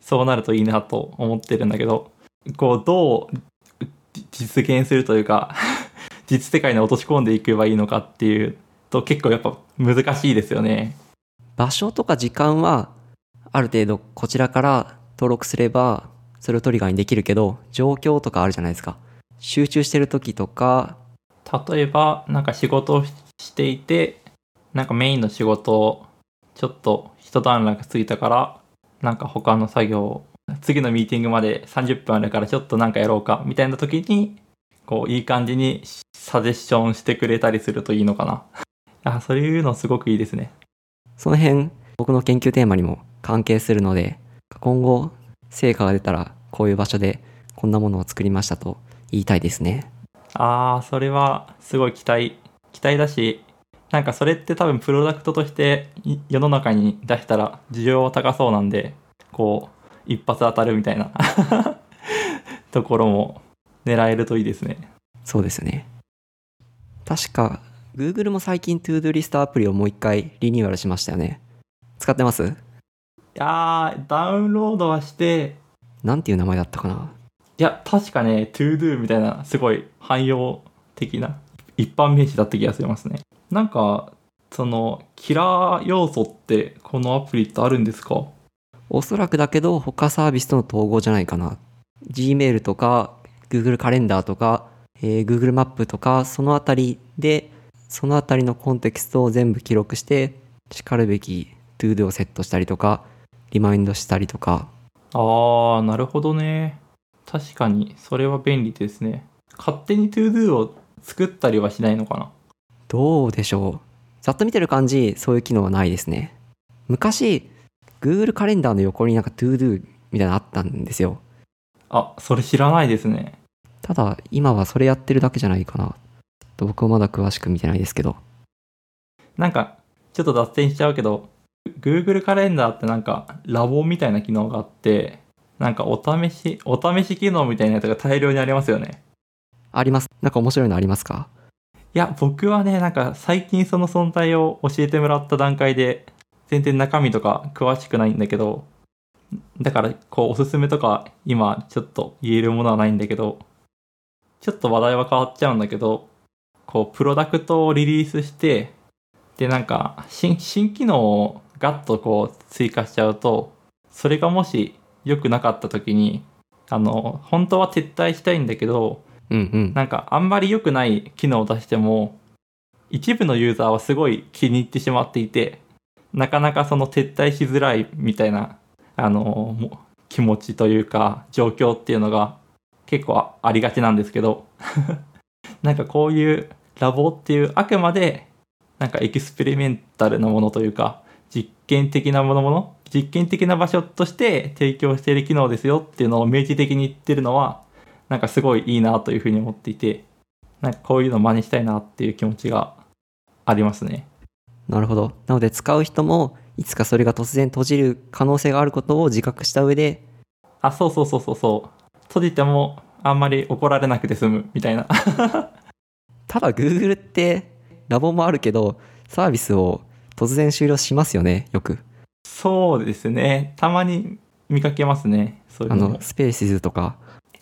Speaker 2: そうなるといいなと思ってるんだけど、こうどう実現するというか実世界に落とし込んでいけばいいのかっていうと結構やっぱ難しいですよね。
Speaker 1: 場所とか時間はある程度こちらから登録すればそれをトリガーにできるけど、状況とかあるじゃないですか。集中してる時とか。
Speaker 2: 例えばなんか仕事をしていて、なんかメインの仕事をちょっと一段落ついたから、なんか他の作業、次のミーティングまで30分あるからちょっとなんかやろうかみたいな時に、こういい感じにサジェッションしてくれたりするといいのかな。そういうのすごくいいですね。
Speaker 1: その辺僕の研究テーマにも関係するので、今後成果が出たらこういう場所でこんなものを作りましたと言いたいですね。
Speaker 2: それはすごい期待だし、なんかそれって多分プロダクトとして世の中に出したら需要高そうなんで、こう一発当たるみたいなところも狙えるといいですね。
Speaker 1: そうですね。確か Google も最近 ToDo リストアプリをもう一回リニューアルしましたよね。使ってます？
Speaker 2: ダウンロードはして、
Speaker 1: なんていう名前だったかな。
Speaker 2: 確かね ToDo みたいなすごい汎用的な一般名詞だった気がしますね。なんかそのキラー要素ってこのアプリってあるんですか？
Speaker 1: おそらくだけど他サービスとの統合じゃないかな。Gmail とか Google カレンダーとか、Google マップとかそのあたりでそのあたりのコンテキストを全部記録して叱るべき ToDo をセットしたりとかリマインドしたりとか。
Speaker 2: なるほどね。確かにそれは便利ですね。勝手に ToDo を作ったりはしないのかな。
Speaker 1: どうでしょう。ざっと見てる感じそういう機能はないですね。昔 Google カレンダーの横になんか ToDo みたいなのあったんですよ。
Speaker 2: それ知らないですね。
Speaker 1: ただ今はそれやってるだけじゃないかな。僕はまだ詳しく見てないですけど。
Speaker 2: なんかちょっと脱線しちゃうけど、Google カレンダーってなんかラボみたいな機能があって、なんかお試し機能みたいなやつが大量にありますよね。
Speaker 1: あります。なんか面白いのありますか？
Speaker 2: 僕はね、なんか最近その存在を教えてもらった段階で、全然中身とか詳しくないんだけど、だからこうおすすめとか今ちょっと言えるものはないんだけど、ちょっと話題は変わっちゃうんだけど、こうプロダクトをリリースして、でなんか新機能をガッとこう追加しちゃうと、それがもし良くなかった時に、本当は撤退したいんだけど、なんかあんまり良くない機能を出しても一部のユーザーはすごい気に入ってしまっていて、なかなかその撤退しづらいみたいな気持ちというか状況っていうのが結構ありがちなんですけどなんかこういうラボっていうあくまでなんかエクスペリメンタルなものというか実験的な場所として提供している機能ですよっていうのを明示的に言ってるのはなんかすごいいいなというふうに思っていて、なんかこういうのを真似したいなっていう気持ちがありますね。
Speaker 1: なるほど。なので使う人もいつかそれが突然閉じる可能性があることを自覚した上で。
Speaker 2: そう。閉じてもあんまり怒られなくて済むみたいな
Speaker 1: ただ Google ってラボもあるけどサービスを突然終了しますよね、よく。
Speaker 2: そうですね。たまに見かけますね。そういうの
Speaker 1: スペーシズとか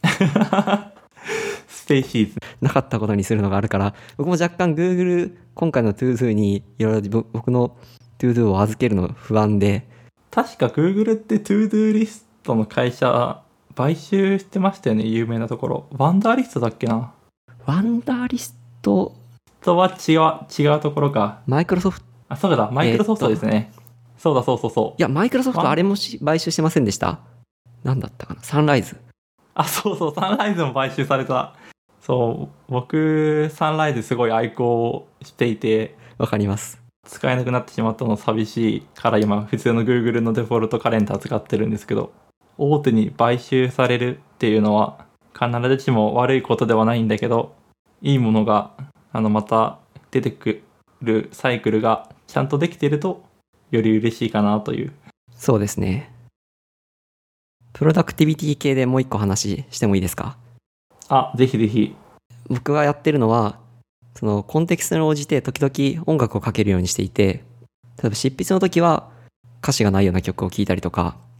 Speaker 2: スペーシーズ
Speaker 1: なかったことにするのがあるから、僕も若干 Google 今回の ToDo にいろいろ僕の ToDo を預けるの不安で。
Speaker 2: 確か Google って ToDo リストの会社買収してましたよね、有名なところ。ワンダーリストだっけな。
Speaker 1: ワンダーリスト
Speaker 2: とは違うところか。
Speaker 1: マイクロソフト。
Speaker 2: そうだ、マイクロソフトですね。そう。
Speaker 1: いや、マイクロソフトあれも買収してませんでした？なんだったかな、サンライズ。
Speaker 2: そう、サンライズも買収された。そう、僕、サンライズすごい愛好していて、
Speaker 1: わかります。
Speaker 2: 使えなくなってしまったの寂しいから今、普通の Google のデフォルトカレンダー使ってるんですけど、大手に買収されるっていうのは、必ずしも悪いことではないんだけど、いいものが、また出てくるサイクルがちゃんとできていると、より嬉しいかなという。
Speaker 1: そうですね。プロダクティビティ系でもう一個話してもいいですか？
Speaker 2: ぜひぜひ。
Speaker 1: 僕がやってるのは、そのコンテキストに応じて時々音楽をかけるようにしていて、例えば執筆の時は歌詞がないような曲を聴いたりとか、ちょっ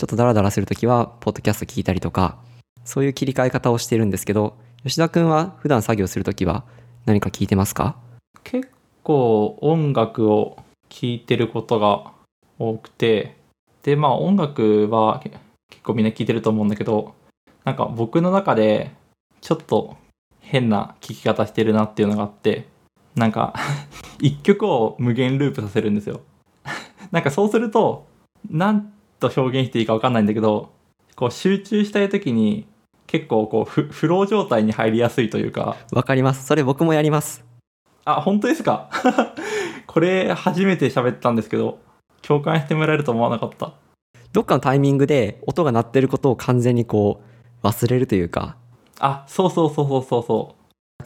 Speaker 1: ちょっとダラダラするときはポッドキャスト聞いたりとか、そういう切り替え方をしてるんですけど、吉田くんは普段作業するときは何か聞いてますか？
Speaker 2: 結構音楽を聴いてることが多くて、でまあ音楽は結構みんな聴いてると思うんだけど、なんか僕の中でちょっと変な聴き方してるなっていうのがあって、なんか一曲を無限ループさせるんですよ。なんかそうするとなんと表現していいか分かんないんだけど、こう集中したい時に結構こうフロー状態に入りやすいというか。
Speaker 1: わかります。それ僕もやります。
Speaker 2: あ、本当ですか？これ初めて喋ったんですけど、共感してもらえると思わなかった。
Speaker 1: どっかのタイミングで音が鳴ってることを完全にこう忘れるというか、
Speaker 2: あ、そうそうそうそうそうそう。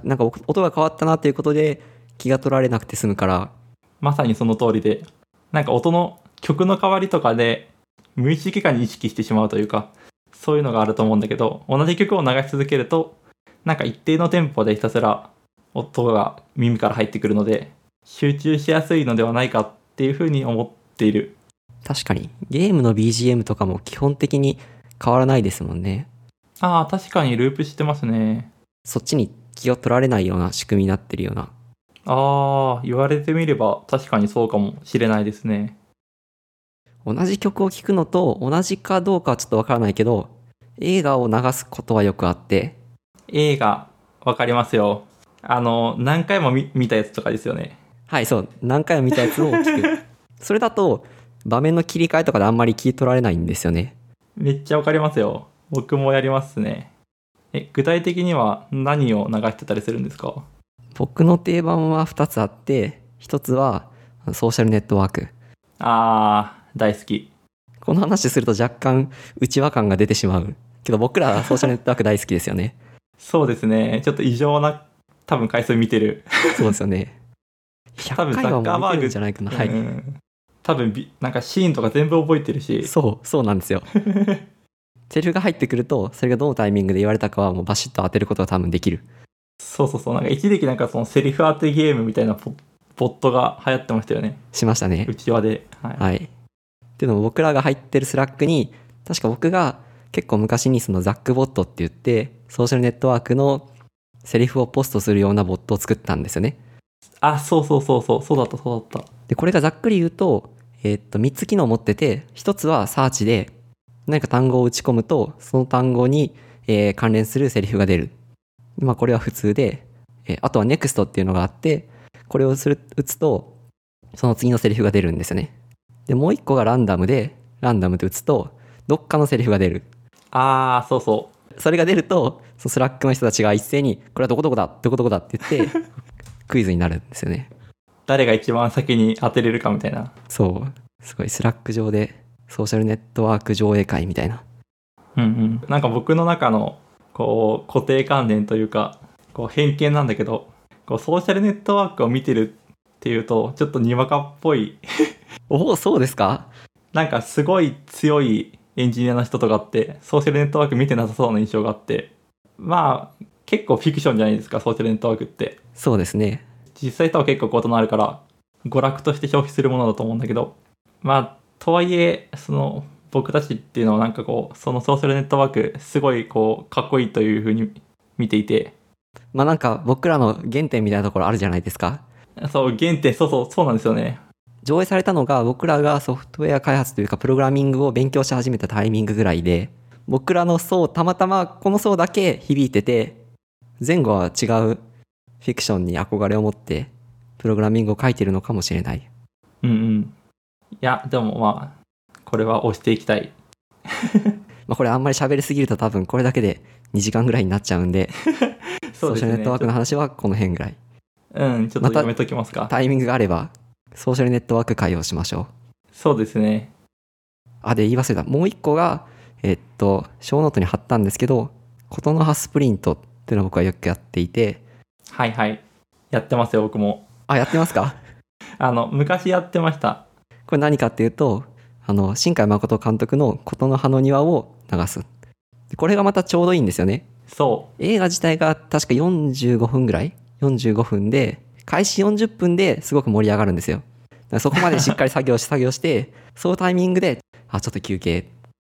Speaker 1: なんか音が変わったなっていうことで気が取られなくて済むから。
Speaker 2: まさにその通りで、なんか曲の変わりとかで無意識化に意識してしまうというか、そういうのがあると思うんだけど、同じ曲を流し続けると、なんか一定のテンポでひたすら音が耳から入ってくるので、集中しやすいのではないかっていうふうに思っている。
Speaker 1: 確かにゲームの BGM とかも基本的に変わらないですもんね。
Speaker 2: ああ、確かにループしてますね。
Speaker 1: そっちに気を取られないような仕組みになってるような。
Speaker 2: ああ、言われてみれば確かにそうかもしれないですね。
Speaker 1: 同じ曲を聴くのと同じかどうかはちょっとわからないけど、映画を流すことはよくあって。
Speaker 2: 映画、わかりますよ。何回も見たやつとかですよね。
Speaker 1: はい、そう。何回も見たやつを聞く。それだと場面の切り替えとかであんまり気取られないんですよね。
Speaker 2: めっちゃわかりますよ。僕もやりますね。具体的には何を流してたりするんですか？
Speaker 1: 僕の定番は2つあって、1つはソーシャルネットワーク。
Speaker 2: あー、大好き。
Speaker 1: この話すると若干内輪感が出てしまうけど、僕らはソーシャルネットワーク大好きですよね。
Speaker 2: そうですね。ちょっと異常な多分回数見てる。
Speaker 1: そうですよね。100
Speaker 2: 多分ザ
Speaker 1: 回は
Speaker 2: ッカーバーグ
Speaker 1: もう見てるんじゃないかな。はい。
Speaker 2: 多分なんかシーンとか全部覚えてるし。
Speaker 1: そうなんですよ。セリフが入ってくると、それがどのタイミングで言われたかはもうバシッと当てることが多分できる。
Speaker 2: そうそうそう。なんか一時期なんかそのセリフ当てゲームみたいなボットが流行ってましたよね。
Speaker 1: しましたね。
Speaker 2: 内輪で。はい。
Speaker 1: はい。っていうのも僕らが入ってるスラックに、確か僕が結構昔にそのザックボットって言って、ソーシャルネットワークのセリフをポストするようなボットを作ったんですよね。
Speaker 2: あ、そうそうそうそう。そうだった。
Speaker 1: で、これがざっくり言うと、3つ機能を持ってて、1つはサーチで、何か単語を打ち込むと、その単語に、関連するセリフが出る。まあこれは普通で、あとは NEXT っていうのがあって、これを打つと、その次のセリフが出るんですよね。で、もう一個がランダムで打つと、どっかのセリフが出る。
Speaker 2: あー、そうそう。
Speaker 1: それが出ると、そのスラックの人たちが一斉に、これはどこどこだって言って、クイズになるんですよね。
Speaker 2: 誰が一番先に当てれるかみたいな。
Speaker 1: そう。すごいスラック上で、ソーシャルネットワーク上映会みたいな。
Speaker 2: なんか僕の中の、こう、固定観念というか、こう、偏見なんだけど、こう、ソーシャルネットワークを見てるっていうと、ちょっとにわかっぽい。
Speaker 1: おお、そうですか？
Speaker 2: なんかすごい強いエンジニアの人とかって、ソーシャルネットワーク見てなさそうな印象があって、まあ、結構フィクションじゃないですか、ソーシャルネットワークって。
Speaker 1: そうですね。
Speaker 2: 実際とは結構異なるから、娯楽として消費するものだと思うんだけど、まあ、とはいえ、僕たちっていうのはなんかこう、そのソーシャルネットワーク、すごいこう、かっこいいというふうに見ていて。
Speaker 1: まあなんか僕らの原点みたいなところあるじゃないですか。
Speaker 2: そう、原点、そうなんですよね。
Speaker 1: 上映されたのが僕らがソフトウェア開発というかプログラミングを勉強し始めたタイミングぐらいで、僕らの層、たまたまこの層だけ響いてて、前後は違うフィクションに憧れを持ってプログラミングを書いてるのかもしれない。
Speaker 2: いや、でもまあ、これは押していきたい。
Speaker 1: まあこれあんまり喋りすぎると多分これだけで2時間ぐらいになっちゃうんで、
Speaker 2: そうですね、
Speaker 1: ソーシャルネットワークの話はこの辺ぐらい。
Speaker 2: ちょっとやめときますか。
Speaker 1: タイミングがあればソーシャルネットワーク会をしましょう。
Speaker 2: そうですね。
Speaker 1: で言い忘れた。もう一個がショーノートに貼ったんですけど、ことの葉スプリントっていうのを僕はよくやっていて。
Speaker 2: はいはい。やってますよ、僕も。
Speaker 1: やってますか？
Speaker 2: 昔やってました。
Speaker 1: これ何かっていうと、新海誠監督のことの葉の庭を流す。これがまたちょうどいいんですよね。
Speaker 2: そう。
Speaker 1: 映画自体が確か45分ぐらい ?45 分で、開始40分ですごく盛り上がるんですよ。だからそこまでしっかり作業して、そういうタイミングで、ちょっと休憩。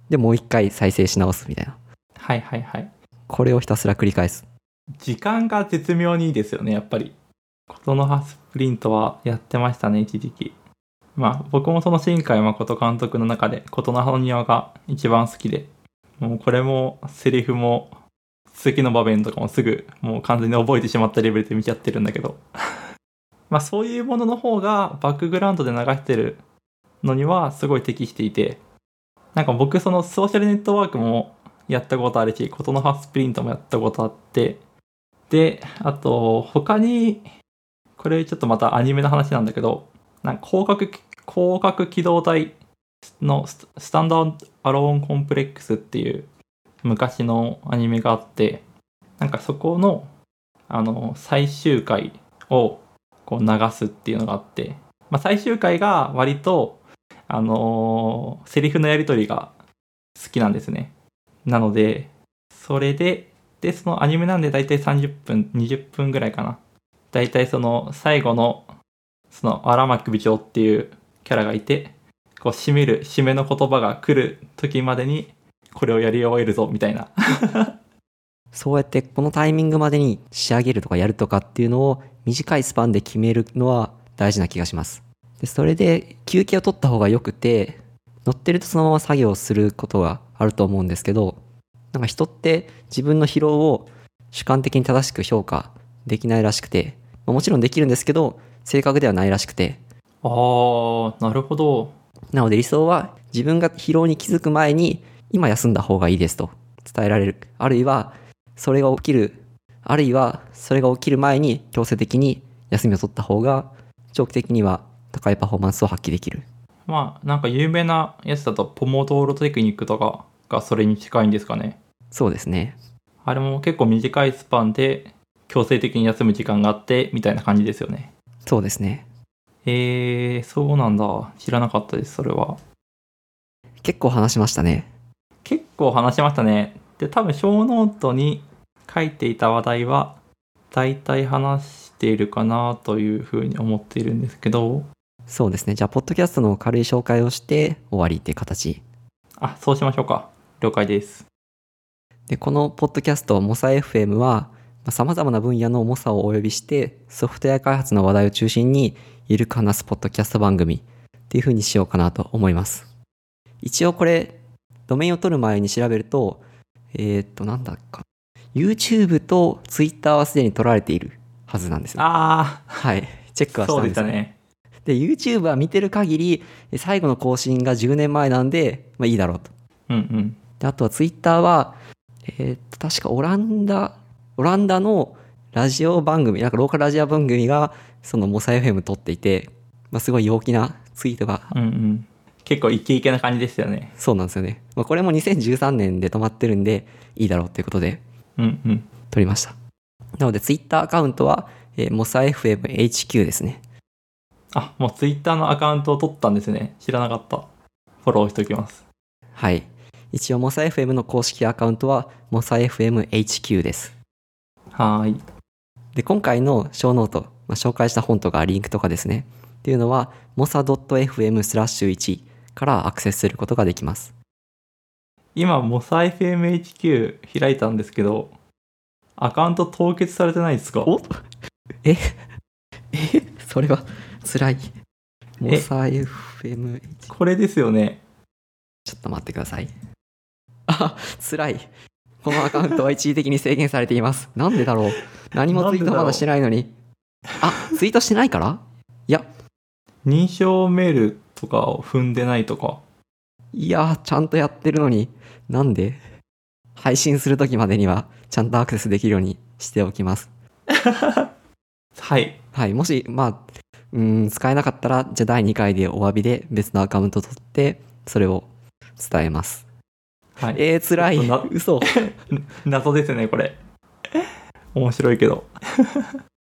Speaker 1: で、もう一回再生し直すみたいな。
Speaker 2: はいはいはい。
Speaker 1: これをひたすら繰り返す。
Speaker 2: 時間が絶妙にいいですよね、やっぱり。ことの葉スプリントはやってましたね、一時期。まあ僕もその新海誠監督の中でことの葉の庭が一番好きで、もうこれもセリフも次の場面とかもすぐもう完全に覚えてしまったレベルで見ちゃってるんだけどまあそういうものの方がバックグラウンドで流してるのにはすごい適していて、なんか僕そのソーシャルネットワークもやったことあるし、ことの葉スプリントもやったことあって、で、あと他にこれちょっとまたアニメの話なんだけど、なんか広角機動隊のスタンドアローンコンプレックスっていう昔のアニメがあって、なんかそこの最終回をこう流すっていうのがあって、まあ、最終回が割とセリフのやり取りが好きなんですね。なのでそれでそのアニメなんでだいたい30分20分ぐらいかな。だいたいその最後のその荒牧部長っていうキャラがいて、こう締めの言葉が来る時までにこれをやり終えるぞみたいな
Speaker 1: そうやってこのタイミングまでに仕上げるとかやるとかっていうのを短いスパンで決めるのは大事な気がします。で、それで休憩を取った方がよくて、乗ってるとそのまま作業することがあると思うんですけど、なんか人って自分の疲労を主観的に正しく評価できないらしくて、もちろんできるんですけど、正確ではないらしくて。
Speaker 2: ああ、なるほど。
Speaker 1: なので理想は自分が疲労に気づく前に今休んだ方がいいですと伝えられる。あるいはそれが起きる前に強制的に休みを取った方が長期的には高いパフォーマンスを発揮できる。
Speaker 2: まあなんか有名なやつだとポモドーロテクニックとかがそれに近いんですかね。
Speaker 1: そうですね。
Speaker 2: あれも結構短いスパンで強制的に休む時間があってみたいな感じですよね。
Speaker 1: そうですね。
Speaker 2: そうなんだ。知らなかったです、それは。
Speaker 1: 結構話しましたね。
Speaker 2: 結構話しましたね。で、多分小ノートに書いていた話題は大体話しているかなというふうに思っているんですけど。
Speaker 1: そうですね。じゃあポッドキャストの軽い紹介をして終わりっていう形。
Speaker 2: そうしましょうか。了解です。
Speaker 1: で、このポッドキャストモサ FM は様々な分野の猛者をお呼びしてソフトウェア開発の話題を中心にゆるく話すポッドキャスト番組っていう風にしようかなと思います。一応これドメインを取る前に調べるとなんだか YouTube と Twitter はすでに取られているはずなんですよ。
Speaker 2: はい 。
Speaker 1: チェックはしたんです
Speaker 2: そうでしたね。
Speaker 1: で YouTube は見てる限り最後の更新が10年前なんでいいだろうと。であとは Twitter は確かオランダのラジオ番組、なんかローカルラジオ番組がそのモサ FM 撮っていて、すごい陽気なツイートが、
Speaker 2: 結構イケイケな感じですよね。
Speaker 1: そうなんですよね。これも2013年で止まってるんでいいだろうということで撮りました。なのでツイッターアカウントは、モサ FMHQ ですね。
Speaker 2: もうツイッターのアカウントを取ったんですね。知らなかった。フォローしておきます。
Speaker 1: はい。一応モサ FM の公式アカウントはモサ FMHQ です。
Speaker 2: はい。
Speaker 1: で、今回のショーノート、紹介した本とかリンクとかですね。っていうのは mosa.fm/1 からアクセスすることができます。
Speaker 2: 今、モサ FMHQ 開いたんですけど、アカウント凍結されてないですか？
Speaker 1: それは辛い。モサ FMHQ。
Speaker 2: これですよね。
Speaker 1: ちょっと待ってください。辛い。このアカウントは一時的に制限されています。なんでだろう。何もツイートまだしてないのに。ツイートしてないから？いや。
Speaker 2: 認証メールとかを踏んでないとか。
Speaker 1: いや、ちゃんとやってるのに。なんで？配信するときまでにはちゃんとアクセスできるようにしておきます。
Speaker 2: はい。
Speaker 1: はい。もし、使えなかったら、じゃあ第2回でお詫びで別のアカウント取って、それを伝えます。
Speaker 2: はい。
Speaker 1: 辛い。嘘。
Speaker 2: 謎ですね、これ。面白いけど。